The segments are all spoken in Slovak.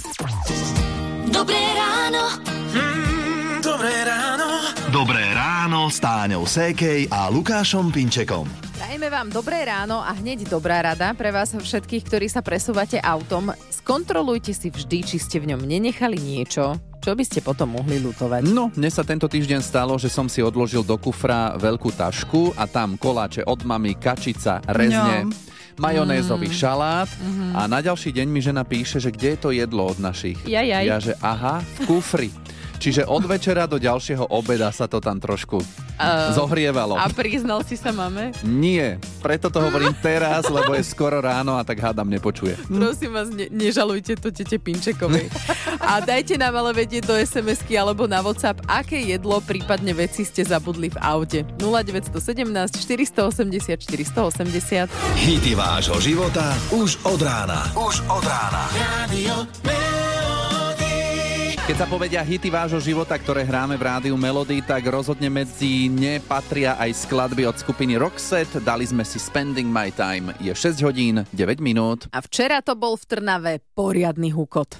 Dobré ráno. Dobré ráno. Dobré ráno s Táňou Sékej a Lukášom Pinčekom. Prajeme vám dobré ráno a hneď dobrá rada pre vás všetkých, ktorí sa presúvate autom. Skontrolujte si vždy, či ste v ňom nenechali niečo, čo by ste potom mohli ľutovať. No, mne sa tento týždeň stalo, že som si odložil do kufra veľkú tašku a tam koláče od mamy, kačica, rezne, majonézový šalát a na ďalší deň mi žena píše, že kde je to jedlo od našich. Jajaj. Ja, že aha, v kufri. Čiže od večera do ďalšieho obeda sa to tam trošku zohrievalo. A priznal si sa mame? Nie, preto to hovorím teraz, lebo je skoro ráno a tak hádam nepočuje. Prosím vás, nežalujte to tete Pinčekovej. A dajte nám ale vedieť do SMS-ky alebo na WhatsApp, aké jedlo, prípadne veci ste zabudli v aute. 0917 480 480. Hity vášho života už od rána. Radio Keď sa povedia hity vášho života, ktoré hráme v Rádiu Melody, tak rozhodne medzi ne patria aj skladby od skupiny Roxette. Dali sme si Spending My Time. Je 6 hodín, 9 minút. A včera to bol v Trnave poriadny hukot.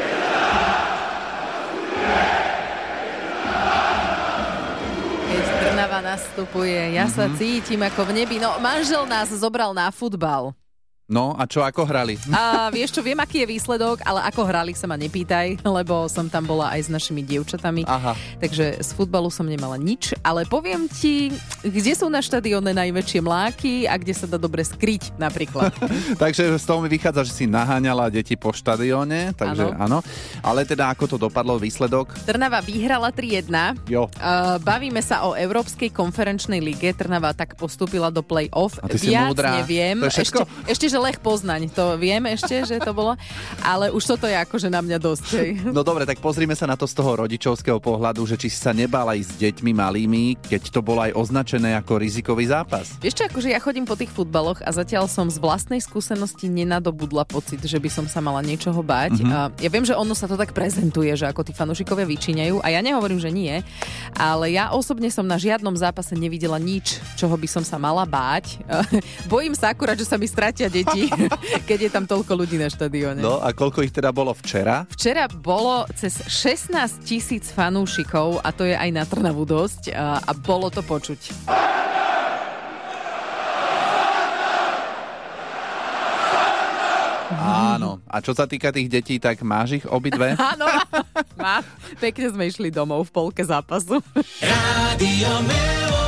Keď Trnava nastupuje, ja sa cítim ako v nebi. No, manžel nás zobral na futbal. No a čo, ako hrali? A vieš čo, viem, aký je výsledok, ale ako hrali sa ma nepýtaj, lebo som tam bola aj s našimi dievčatami. Aha. Takže z futbalu som nemala nič, ale poviem ti, kde sú na štadióne najväčšie mláky a kde sa dá dobre skryť napríklad. Takže z toho mi vychádza, že si naháňala deti po štadióne, takže áno. Ale teda ako to dopadlo, výsledok? Trnava vyhrala 3-1. Jo. Bavíme sa o Európskej konferenčnej lige. Trnava tak postúpila do play-off. A ty si Viac múdra. neviem. To je všetko? Ešte, že Lech Poznaň, to viem ešte, že to bolo. Ale už toto je akože na mňa dosť. No dobre, tak pozrime sa na to z toho rodičovského pohľadu, že či si sa nebála aj s deťmi malými, keď to bolo aj označené ako rizikový zápas. Vieš čo, akože ja chodím po tých futbaloch a zatiaľ som z vlastnej skúsenosti nenadobudla pocit, že by som sa mala niečoho báť. Ja viem, že ono sa to tak prezentuje, že ako tí fanúšikovia vyčíňajú a ja nehovorím, že nie, ale ja osobne som na žiadnom zápase nevidela nič, čoho by som sa mala báť. Bojím sa akurát, že sa mi stratia deti, keď je tam toľko ľudí na štadióne. No a koľko ich teda bolo včera? Včera bolo cez 16 000 fanúšikov a to je aj na Trnavu dosť a bolo to počuť. Áno. A čo sa týka tých detí, tak máš ich obidve? Áno, pekne sme išli domov v polke zápasu. Radio Melody.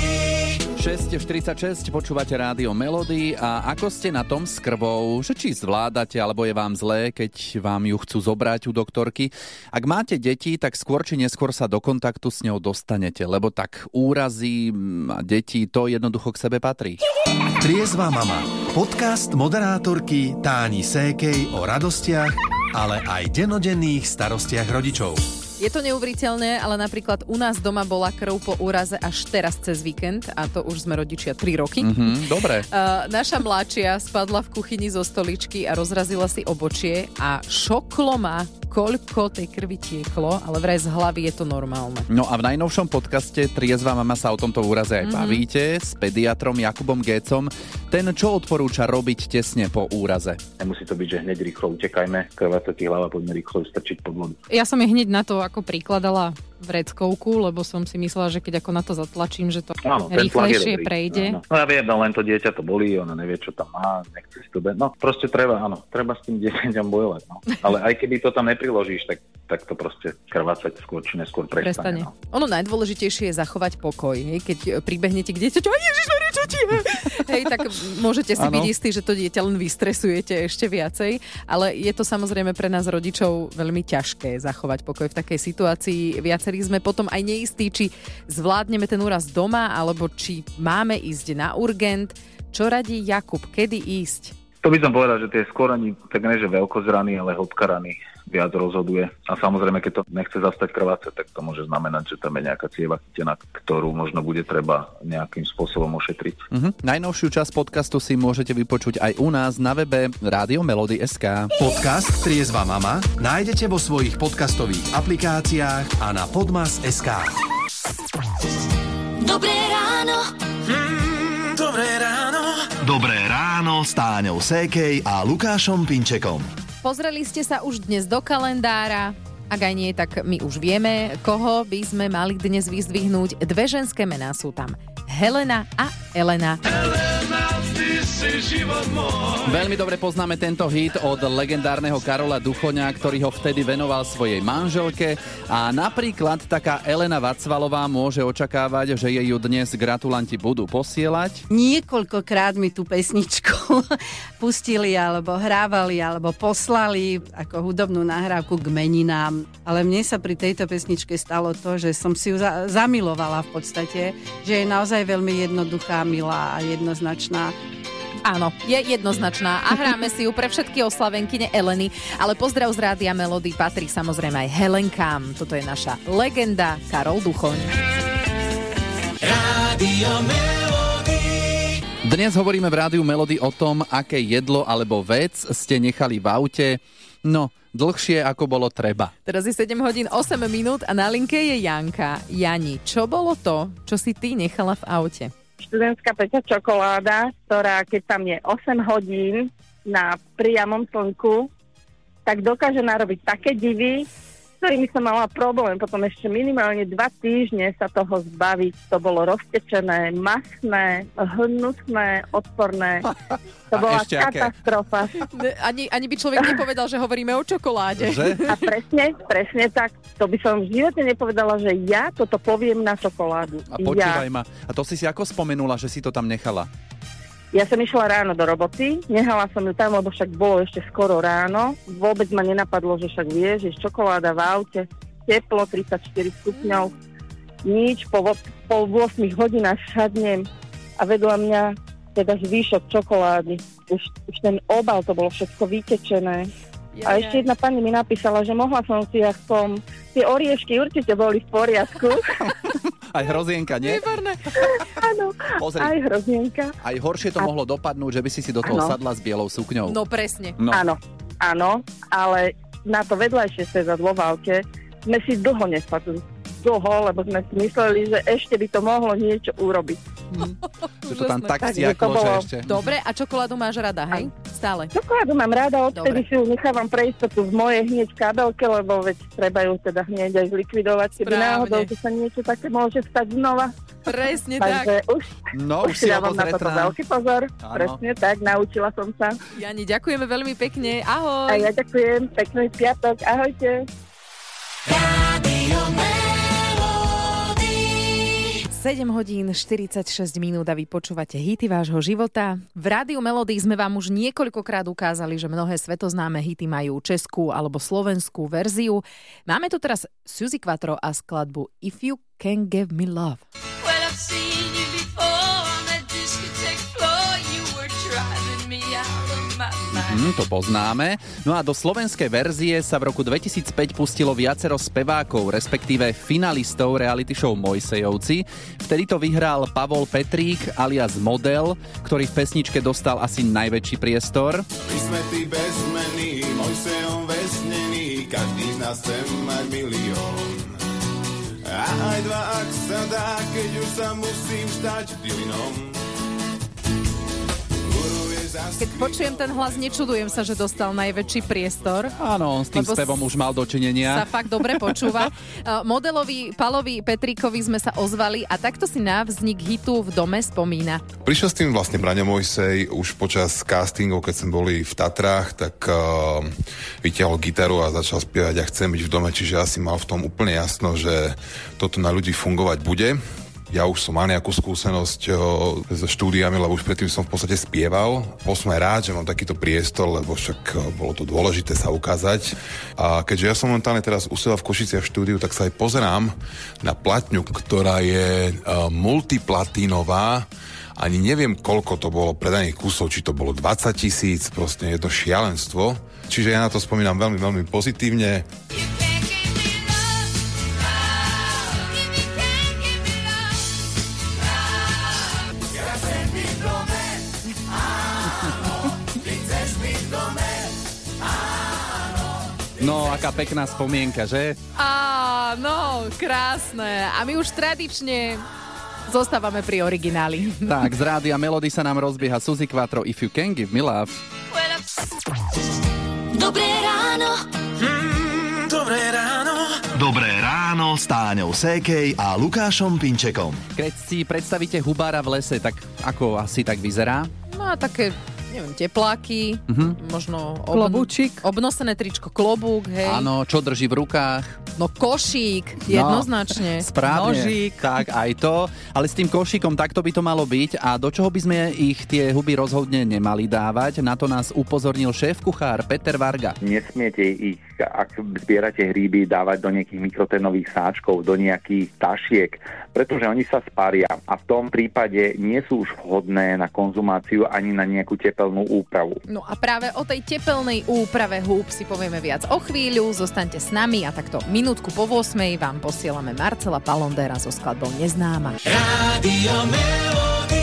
6:46, počúvate Rádio Melody a ako ste na tom s krvou, že či zvládate, alebo je vám zlé, keď vám ju chcú zobrať u doktorky. Ak máte deti, tak skôr či neskôr sa do kontaktu s ňou dostanete, lebo tak úrazy a deti, to jednoducho k sebe patrí. Triezva mama. Podcast moderátorky Táni Sékej o radostiach, ale aj dennodenných starostiach rodičov. Je to neuveriteľné, ale napríklad u nás doma bola krv po úraze až teraz cez víkend a to už sme rodičia 3 roky. Dobre. Naša mladšia spadla v kuchyni zo stoličky a rozrazila si obočie a šoklo ma, koľko tej krvi tieklo, ale vraj z hlavy je to normálne. No a v najnovšom podcaste Triezva mama sa o tomto úraze aj bavíte s pediatrom Jakubom Gécom. Ten čo odporúča robiť tesne po úraze? Nemusí to byť, že hneď rýchlo utekajme, krváca ti hlava, poďme rýchlo strčiť pod vodu. Ja som jej hneď na to ako prikladala vreckovku, lebo som si myslela, že keď ako na to zatlačím, že to rýchlejšie prejde. Áno. No ja viem, no len to dieťa to bolí, ona nevie, čo tam má, nechce si to no proste treba s tým dieťaťom bojovať, no. Ale aj keby to tam nepriložíš, tak to proste krvácať skôr či neskôr prestane. No. Ono najdôležitejšie je zachovať pokoj, hej? Keď pribehnete k dieťaťu, Ježišmarie, čo ti je? Hej, tak môžete si byť istí, že to dieťa len vystresujete ešte viacej, ale je to samozrejme pre nás rodičov veľmi ťažké zachovať pokoj v takej situácii. Viacerí sme potom aj neistí, či zvládneme ten úraz doma, alebo či máme ísť na urgent. Čo radí Jakub? Kedy ísť? To by som povedal, že tie skôr ani tak nie, že veľkozrany, ale hĺbka rany viac rozhoduje. A samozrejme, keď to nechce zastať krváce, tak to môže znamenať, že tam je nejaká cieva chytená, ktorú možno bude treba nejakým spôsobom ošetriť. Najnovšiu časť podcastu si môžete vypočuť aj u nás na webe Radio Melody.sk. Podcast Triezva mama nájdete vo svojich podcastových aplikáciách a na Podmas.sk. Dobré ráno. Dobré ráno. Dobré ráno s Táňou Sékej a Lukášom Pinčekom. pozreli ste sa už dnes do kalendára? Ak aj nie, tak my už vieme, koho by sme mali dnes vyzdvihnúť. Dve ženské mená sú tam. Helena a Elena. Veľmi dobre poznáme tento hit od legendárneho Karola Duchoňa, ktorý ho vtedy venoval svojej manželke a napríklad taká Elena Vacvalová môže očakávať, že jej ju dnes gratulanti budú posielať. Niekoľkokrát mi tú pesničku pustili alebo hrávali alebo poslali ako hudobnú nahrávku k meninám, ale mne sa pri tejto pesničke stalo to, že som si ju zamilovala v podstate, že je naozaj veľmi jednoduchá, milá a jednoznačná. Áno, je jednoznačná a hráme si ju pre všetky oslavenkyne Eleny, ale pozdrav z Rádia Melody patrí samozrejme aj Helenkám. Toto je naša legenda Karol Duchoň. Rádio Melody. Dnes hovoríme v Rádiu Melody o tom, aké jedlo alebo vec ste nechali v aute. No, dlhšie ako bolo treba. Teraz je 7 hodín 8 minút a na linke je Janka. Jani, čo bolo to, čo si ty nechala v aute? Študentská peča čokoláda, ktorá keď tam je 8 hodín na priamom slnku, tak dokáže narobiť také divy, s ktorými som mala problém. Potom ešte minimálne 2 týždne sa toho zbaviť. To bolo roztečené, masné, hnusné, odporné. To bola katastrofa. Ani by človek nepovedal, že hovoríme o čokoláde. Že? A presne tak. To by som v živote nepovedala, že ja toto poviem na čokoládu. A počúvaj ma. A to si ako spomenula, že si to tam nechala? Ja som išla ráno do roboty, nehala som ju tam, lebo však bolo ešte skoro ráno. Vôbec ma nenapadlo, že však vieš, že čokoláda v aute, teplo, 34 stupňov, nič, po 8 hodinách sadnem a vedľa mňa teda zvýšok čokolády. Už ten obal, to bolo všetko vytečené. A ešte jedna pani mi napísala, že mohla som si aspoň tie oriešky určite boli v poriadku. Aj hrozienka, nie? Výborné. Áno, aj hrozienka. Aj horšie to mohlo dopadnúť, že by si do toho sadla s bielou sukňou. No presne. No. Áno, ale na to vedľajšie sedadlo v aute sme si dlho nespadli. Lebo sme si mysleli, že ešte by to mohlo niečo urobiť. Že to tam tak stiaklo, že ešte... Dobre, a čokoládu máš rada, hej? Stále. Čokoládu mám rada, odtedy si ju nechávam pre istotu v mojej hneď kabelke, lebo veď treba ju teda hneď aj zlikvidovať, keby náhodou, že sa niečo také môže stať znova. Presne tak. Už si dávam na toto veľký pozor. Áno. Presne tak, naučila som sa. Jani, ďakujeme veľmi pekne. Ahoj. A ja ďakujem, pekný piatok. Ahojte. 7 hodín 46 minút a vy počúvate hity vášho života. V Rádiu Melody sme vám už niekoľkokrát ukázali, že mnohé svetoznáme hity majú českú alebo slovenskú verziu. Máme tu teraz Suzy Quatro a skladbu If You Can Give Me Love. Well, I've seen you before on that discotheque floor. You were driving me out of my mind. To poznáme. No a do slovenskej verzie sa v roku 2005 pustilo viacero spevákov, respektíve finalistov reality show Mojsejovci. Vtedy to vyhral Pavol Petrík alias Model, ktorý v pesničke dostal asi najväčší priestor. My sme tí bezmení, Mojsejom vesnení, každý z nás chce mať milión. A aj dva, ak sa dá, keď už sa musím stať dylinom. Keď počujem ten hlas, nečudujem sa, že dostal najväčší priestor. Áno, s tým spevom už mal dočinenia. Sa fakt dobre počúva. Modelovi Palovi Petríkovi sme sa ozvali a takto si na vznik hitu V dome spomína. Prišiel s tým vlastne Braňo Mojsej už počas castingov, keď sme boli v Tatrách, tak vytiahol gitaru a začal spievať Ja chcem byť v dome, čiže asi mal v tom úplne jasno, že toto na ľudí fungovať bude. Ja už som mal nejakú skúsenosť so štúdiami, lebo už predtým som v podstate spieval. Bol som aj rád, že mám takýto priestor, lebo však bolo to dôležité sa ukázať. A keďže ja som momentálne teraz u seba v Košiciach v štúdiu, tak sa aj pozerám na platňu, ktorá je multiplatínová. Ani neviem, koľko to bolo predaných kusov, či to bolo 20 000, proste je to šialenstvo. Čiže ja na to spomínam veľmi, veľmi pozitívne. No, aká pekná spomienka, že? Áno, krásne. A my už tradične zostávame pri origináli. Tak, z Rádia Melody sa nám rozbieha Suzy Quatro If You Can Give Me Love. Dobré ráno. Dobré ráno. Dobré ráno s Táňou Sékej a Lukášom Pinčekom. Keď si predstavíte hubára v lese, tak ako asi tak vyzerá? No a také, neviem, tepláky, možno Klobúčik. obnosené tričko, klobúk, hej. Áno, čo drží v rukách? No košík, jednoznačne. Správne, Nožík. tak aj to. Ale s tým košíkom takto by to malo byť. A do čoho by sme ich tie huby rozhodne nemali dávať? Na to nás upozornil šéf-kuchár Peter Varga. Nesmiete ich, ak zbierate hríby, dávať do nejakých mikrotenových sáčkov, do nejakých tašiek, pretože oni sa spária a v tom prípade nie sú už vhodné na konzumáciu ani na nejakú tepelnú úpravu. No a práve o tej tepelnej úprave húb si povieme viac o chvíľu. Zostaňte s nami a takto minútku po 8 vám posielame Marcela Palondera so skladbou Neznáma. Rádio Melody.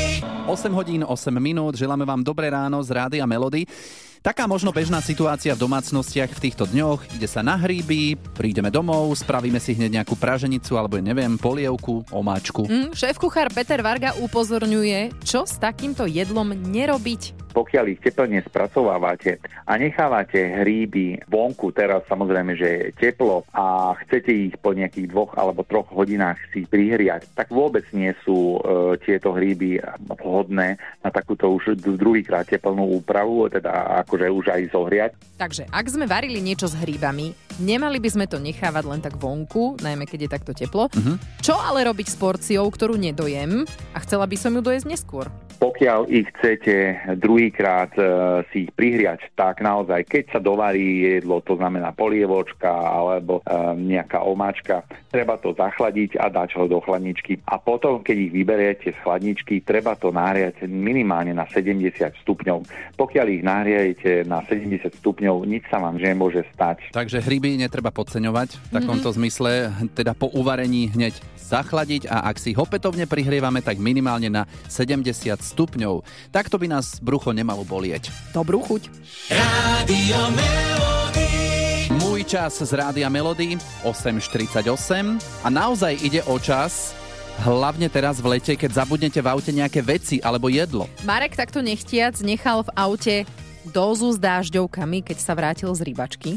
8 hodín, 8 minút. Želáme vám dobré ráno z Rádia Melody. Taká možno bežná situácia v domácnostiach v týchto dňoch. Ide sa na hríby, prídeme domov, spravíme si hneď nejakú praženicu alebo neviem, polievku, omáčku. Šéf-kuchár Peter Varga upozorňuje, čo s takýmto jedlom nerobiť. Pokiaľ ich teplne spracovávate a nechávate hríby vonku, teraz samozrejme, že je teplo a chcete ich po nejakých 2 alebo 3 hodinách si prihriať, tak vôbec nie sú tieto hríby vhodné na takúto už druhýkrát teplnú úpravu, teda akože už aj zohriať. Takže ak sme varili niečo s hríbami, nemali by sme to nechávať len tak vonku, najmä keď je takto teplo. Čo ale robiť s porciou, ktorú nedojem a chcela by som ju dojesť neskôr? Pokiaľ ich chcete druhýkrát si ich prihriať, tak naozaj, keď sa dovarí jedlo, to znamená polievočka alebo nejaká omáčka, treba to zachladiť a dať ho do chladničky. A potom, keď ich vyberiete z chladničky, treba to nahriať minimálne na 70 stupňov. Pokiaľ ich nahriajete na 70 stupňov, nič sa vám nemôže stať. Takže hryby netreba podceňovať v takomto zmysle, teda po uvarení hneď zachladiť a ak si ho opätovne prihrievame, tak minimálne na 70 stupňov. Takto by nás brucho nemalo bolieť. Dobrú chuť. Rádio Melody. Môj čas z Rádia Melody 8.48 a naozaj ide o čas, hlavne teraz v lete, keď zabudnete v aute nejaké veci alebo jedlo. Marek takto nechtiac nechal v aute dózu s dážďovkami, keď sa vrátil z rybačky.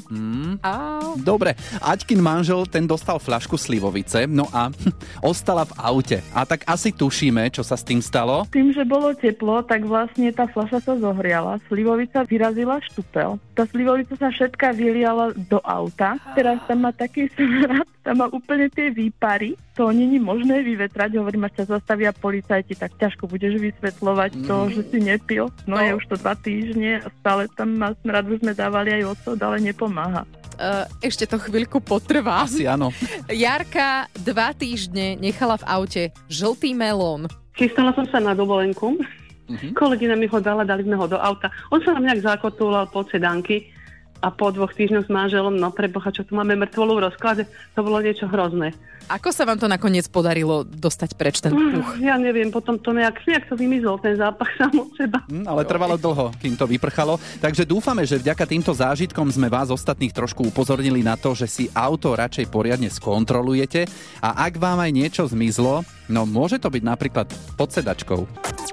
Dobre, Aťkin manžel, ten dostal fľašku slivovice, no a ostala v aute. A tak asi tušíme, čo sa s tým stalo. Tým, že bolo teplo, tak vlastne tá fľaša sa zohriala. Slivovica vyrazila štupel. Tá slivovica sa všetká vyliala do auta. Teraz tam má taký smrad, tam má úplne tie výpary. To není možné vyvetrať. Hovorím, až sa zastavia policajti, tak ťažko budeš vysvetľovať to, že si nepil. No je už to 2 týždne a stále tam má smrad, už sme dávali aj ocot, ale nepomáha. Ešte to chvíľku potrvá. Asi áno. Jarka 2 týždne nechala v aute žltý melón. Chystala som sa na dovolenku. Kolegyna mi ho dala, dali sme ho do auta. On sa nám nejak zakotúlal pod sedánky a po 2 týždňoch s manželom, no preboha, čo tu máme mŕtvolu v rozklade, to bolo niečo hrozné. Ako sa vám to nakoniec podarilo dostať preč ten puch? Ja neviem, potom to nejak to vymizol, ten zápach sám od seba. Ale trvalo dlho, kým to vyprchalo. Takže dúfame, že vďaka týmto zážitkom sme vás ostatných trošku upozornili na to, že si auto radšej poriadne skontrolujete a ak vám aj niečo zmizlo, no môže to byť napríklad pod sedačkou.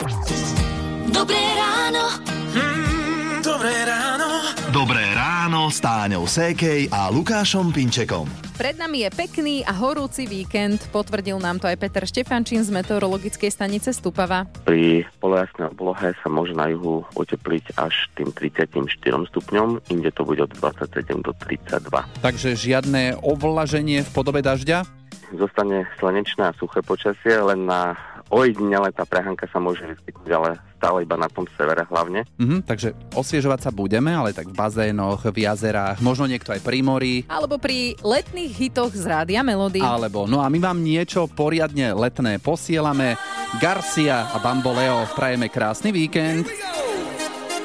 Dobré ráno. Dobré ráno. Dobré ráno s Táňou Sékej a Lukášom Pinčekom. Pred nami je pekný a horúci víkend. Potvrdil nám to aj Peter Štefančín z meteorologickej stanice Stupava. Pri polojasnej oblohe sa môže na juhu otepliť až tým 34 stupňom, inde to bude od 27 do 32. Takže žiadne ovlaženie v podobe dažďa? Zostane slnečné a suché počasie, len na ojedinele tá prehánka sa môže vyskytnúť, ale stále iba na tom severe hlavne. Takže osviežovať sa budeme, ale tak v bazénoch, v jazerách, možno niekto aj pri mori. Alebo pri letných hitoch z Rádia Melody. Alebo, no a my vám niečo poriadne letné posielame. Garcia a Bamboleo, prajeme krásny víkend.